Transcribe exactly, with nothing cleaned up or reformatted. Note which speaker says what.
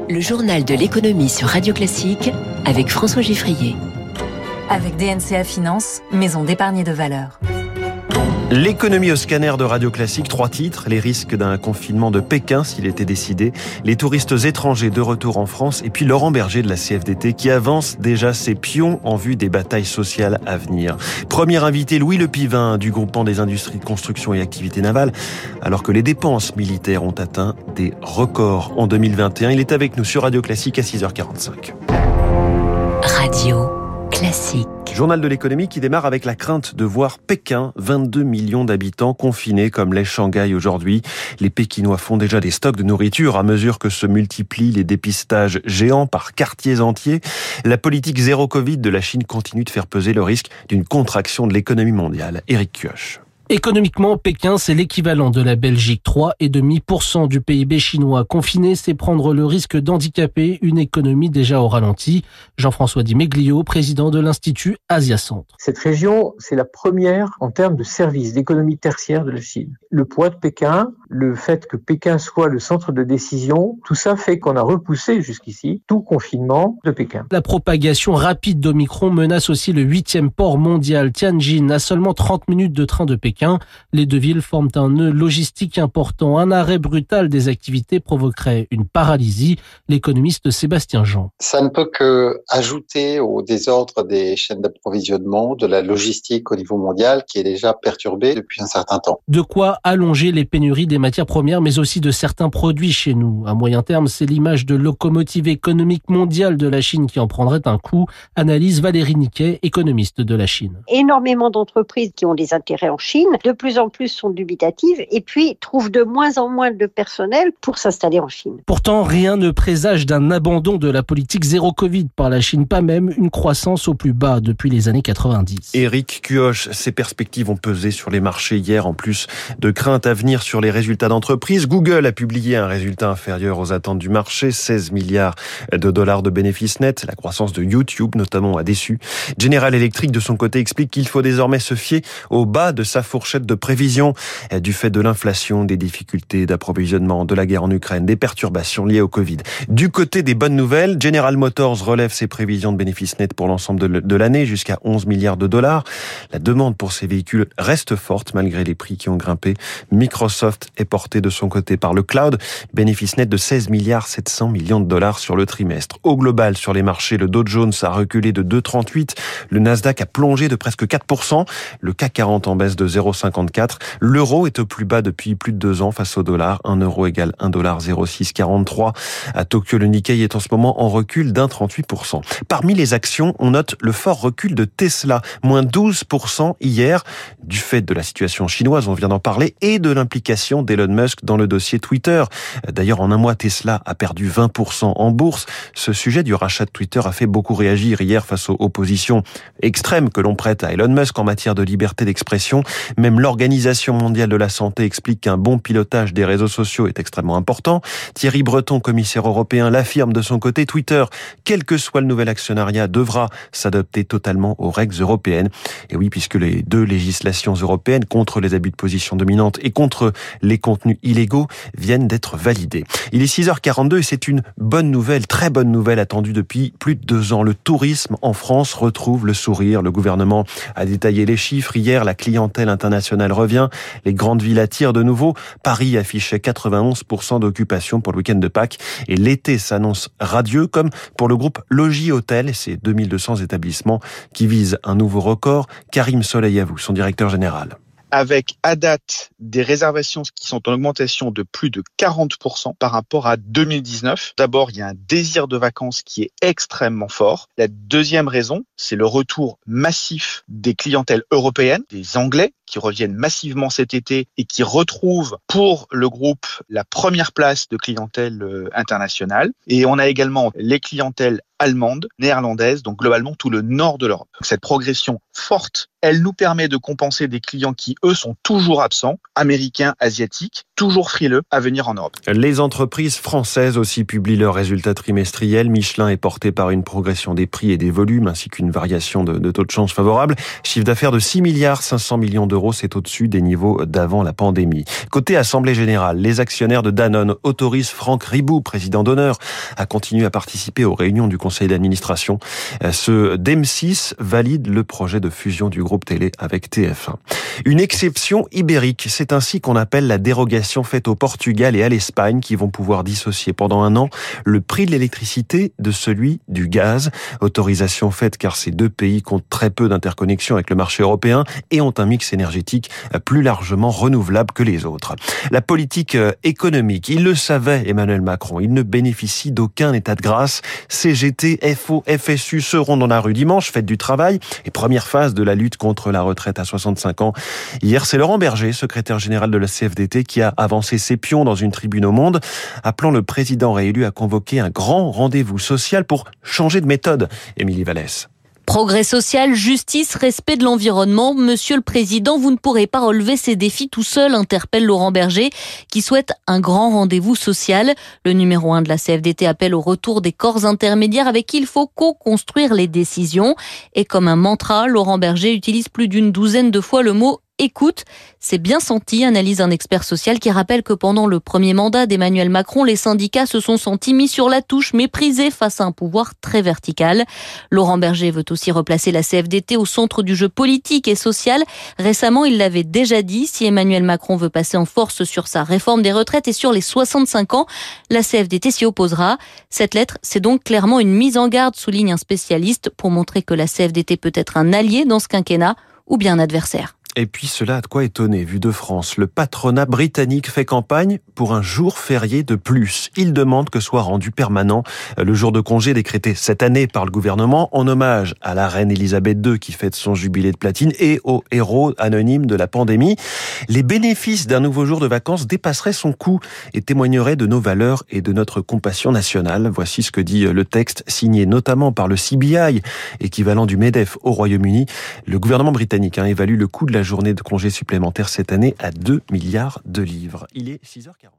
Speaker 1: Le journal de l'économie sur Radio Classique avec François Giffrier.
Speaker 2: Avec D N C A Finance, maison d'épargne de valeur.
Speaker 3: L'économie au scanner de Radio Classique, trois titres. Les risques d'un confinement de Pékin s'il était décidé, les touristes étrangers de retour en France et puis Laurent Berger de la C F D T qui avance déjà ses pions en vue des batailles sociales à venir. Premier invité, Louis Lepivin du groupement des industries de construction et activités navales. Alors que les dépenses militaires ont atteint des records en deux mille vingt et un, il est avec nous sur Radio Classique à six heures quarante-cinq.
Speaker 1: Radio Classique.
Speaker 3: Journal de l'économie qui démarre avec la crainte de voir Pékin, vingt-deux millions d'habitants confinés comme l'est Shanghai aujourd'hui. Les Pékinois font déjà des stocks de nourriture à mesure que se multiplient les dépistages géants par quartiers entiers. La politique zéro Covid de la Chine continue de faire peser le risque d'une contraction de l'économie mondiale. Éric Kioch.
Speaker 4: Économiquement, Pékin, c'est l'équivalent de la Belgique. trois virgule cinq pour cent du P I B chinois. Confiné, c'est prendre le risque d'handicaper une économie déjà au ralenti. Jean-François Di Meglio, président de l'Institut Asia Centre.
Speaker 5: Cette région, c'est la première en termes de services, d'économie tertiaire de la Chine. Le poids de Pékin, le fait que Pékin soit le centre de décision, tout ça fait qu'on a repoussé jusqu'ici tout confinement de Pékin.
Speaker 4: La propagation rapide d'Omicron menace aussi le huitième port mondial, Tianjin, à seulement trente minutes de train de Pékin. Les deux villes forment un nœud logistique important. Un arrêt brutal des activités provoquerait une paralysie. L'économiste Sébastien Jean.
Speaker 6: Ça ne peut que ajouter au désordre des chaînes d'approvisionnement, de la logistique au niveau mondial qui est déjà perturbée depuis un certain temps.
Speaker 4: De quoi allonger les pénuries des matières premières, mais aussi de certains produits chez nous. À moyen terme, c'est l'image de locomotive économique mondiale de la Chine qui en prendrait un coup. Analyse Valérie Niquet, économiste de la Chine.
Speaker 7: Énormément d'entreprises qui ont des intérêts en Chine, de plus en plus sont dubitatives et puis trouvent de moins en moins de personnel pour s'installer en Chine.
Speaker 4: Pourtant, rien ne présage d'un abandon de la politique zéro Covid par la Chine, pas même une croissance au plus bas depuis les années quatre-vingt-dix.
Speaker 3: Éric Kioch, ces perspectives ont pesé sur les marchés hier, en plus de craintes à venir sur les résultats d'entreprise. Google a publié un résultat inférieur aux attentes du marché, seize milliards de dollars de bénéfices nets. La croissance de YouTube, notamment, a déçu. General Electric, de son côté, explique qu'il faut désormais se fier au bas de sa fourchette de prévision du fait de l'inflation, des difficultés d'approvisionnement, de la guerre en Ukraine, des perturbations liées au Covid. Du côté des bonnes nouvelles, General Motors relève ses prévisions de bénéfices nets pour l'ensemble de, de l'année jusqu'à onze milliards de dollars. La demande pour ces véhicules reste forte malgré les prix qui ont grimpé. Microsoft est porté de son côté par le cloud, bénéfice net de seize milliards sept cents millions de dollars sur le trimestre. Au global, sur les marchés, le Dow Jones a reculé de deux virgule trente-huit, le Nasdaq a plongé de presque quatre pour cent, le C A C quarante en baisse de zéro virgule cinquante-quatre. L'euro est au plus bas depuis plus de deux ans face au dollar. un euro égale un dollar zéro virgule six quarante-trois. À Tokyo, le Nikkei est en ce moment en recul d'un trente-huit pour cent. Parmi les actions, on note le fort recul de Tesla, moins douze pour cent hier, du fait de la situation chinoise, on vient d'en parler, et de l'implication d'Elon Musk dans le dossier Twitter. D'ailleurs, en un mois, Tesla a perdu vingt pour cent en bourse. Ce sujet du rachat de Twitter a fait beaucoup réagir hier face aux oppositions extrêmes que l'on prête à Elon Musk en matière de liberté d'expression. Même l'Organisation mondiale de la santé explique qu'un bon pilotage des réseaux sociaux est extrêmement important. Thierry Breton, commissaire européen, l'affirme de son côté. Twitter, quel que soit le nouvel actionnariat, devra s'adapter totalement aux règles européennes. Et oui, puisque les deux législations européennes contre les abus de position dominante et contre les contenus illégaux viennent d'être validées. Il est six heures quarante-deux et c'est une bonne nouvelle, très bonne nouvelle attendue depuis plus de deux ans. Le tourisme en France retrouve le sourire. Le gouvernement a détaillé les chiffres. Hier, la clientèle internationale revient. Les grandes villes attirent de nouveau. Paris affichait quatre-vingt-onze pour cent d'occupation pour le week-end de Pâques. Et l'été s'annonce radieux, comme pour le groupe Logis Hôtel, ces deux mille deux cents établissements qui visent un nouveau record. Karim Soleil-Avou, son directeur général.
Speaker 8: Avec à date des réservations qui sont en augmentation de plus de quarante pour cent par rapport à deux mille dix-neuf. D'abord, il y a un désir de vacances qui est extrêmement fort. La deuxième raison, c'est le retour massif des clientèles européennes, des Anglais, qui reviennent massivement cet été et qui retrouvent pour le groupe la première place de clientèle internationale. Et on a également les clientèles allemandes, néerlandaises, donc globalement tout le nord de l'Europe. Cette progression forte, elle nous permet de compenser des clients qui, eux, sont toujours absents, américains, asiatiques, toujours frileux à venir en Europe.
Speaker 3: Les entreprises françaises aussi publient leurs résultats trimestriels. Michelin est porté par une progression des prix et des volumes, ainsi qu'une variation de, de taux de change favorable. Chiffre d'affaires de six milliards cinq cents millions d'euros d'euros, c'est au-dessus des niveaux d'avant la pandémie. Côté Assemblée Générale, les actionnaires de Danone autorisent Franck Riboud, président d'honneur, à continuer à participer aux réunions du conseil d'administration. Ce D E M six valide le projet de fusion du groupe télé avec T F un. Une exception ibérique, c'est ainsi qu'on appelle la dérogation faite au Portugal et à l'Espagne qui vont pouvoir dissocier pendant un an le prix de l'électricité de celui du gaz. Autorisation faite car ces deux pays comptent très peu d'interconnexion avec le marché européen et ont un mix énergétique plus largement renouvelable que les autres. La politique économique, il le savait Emmanuel Macron, il ne bénéficie d'aucun état de grâce. C G T, F O, F S U seront dans la rue dimanche, fête du travail et première phase de la lutte contre la retraite à soixante-cinq ans. Hier, c'est Laurent Berger, secrétaire général de la C F D T, qui a avancé ses pions dans une tribune au Monde, appelant le président réélu à convoquer un grand rendez-vous social pour changer de méthode. Émilie Vallès.
Speaker 9: Progrès social, justice, respect de l'environnement. Monsieur le Président, vous ne pourrez pas relever ces défis tout seul, interpelle Laurent Berger, qui souhaite un grand rendez-vous social. Le numéro un de la C F D T appelle au retour des corps intermédiaires avec qui il faut co-construire les décisions. Et comme un mantra, Laurent Berger utilise plus d'une douzaine de fois le mot écoute. C'est bien senti, analyse un expert social qui rappelle que pendant le premier mandat d'Emmanuel Macron, les syndicats se sont sentis mis sur la touche, méprisés face à un pouvoir très vertical. Laurent Berger veut aussi replacer la C F D T au centre du jeu politique et social. Récemment, il l'avait déjà dit, si Emmanuel Macron veut passer en force sur sa réforme des retraites et sur les soixante-cinq ans, la C F D T s'y opposera. Cette lettre, c'est donc clairement une mise en garde, souligne un spécialiste, pour montrer que la C F D T peut être un allié dans ce quinquennat ou bien un adversaire.
Speaker 3: Et puis cela a de quoi étonner, vu de France. Le patronat britannique fait campagne pour un jour férié de plus. Il demande que soit rendu permanent le jour de congé décrété cette année par le gouvernement en hommage à la reine Elisabeth deux qui fête son jubilé de platine et aux héros anonymes de la pandémie. Les bénéfices d'un nouveau jour de vacances dépasseraient son coût et témoigneraient de nos valeurs et de notre compassion nationale. Voici ce que dit le texte signé notamment par le C B I, équivalent du MEDEF au Royaume-Uni. Le gouvernement britannique hein, évalue le coût de la journée de congé supplémentaire cette année à deux milliards de livres. Il est six heures quarante.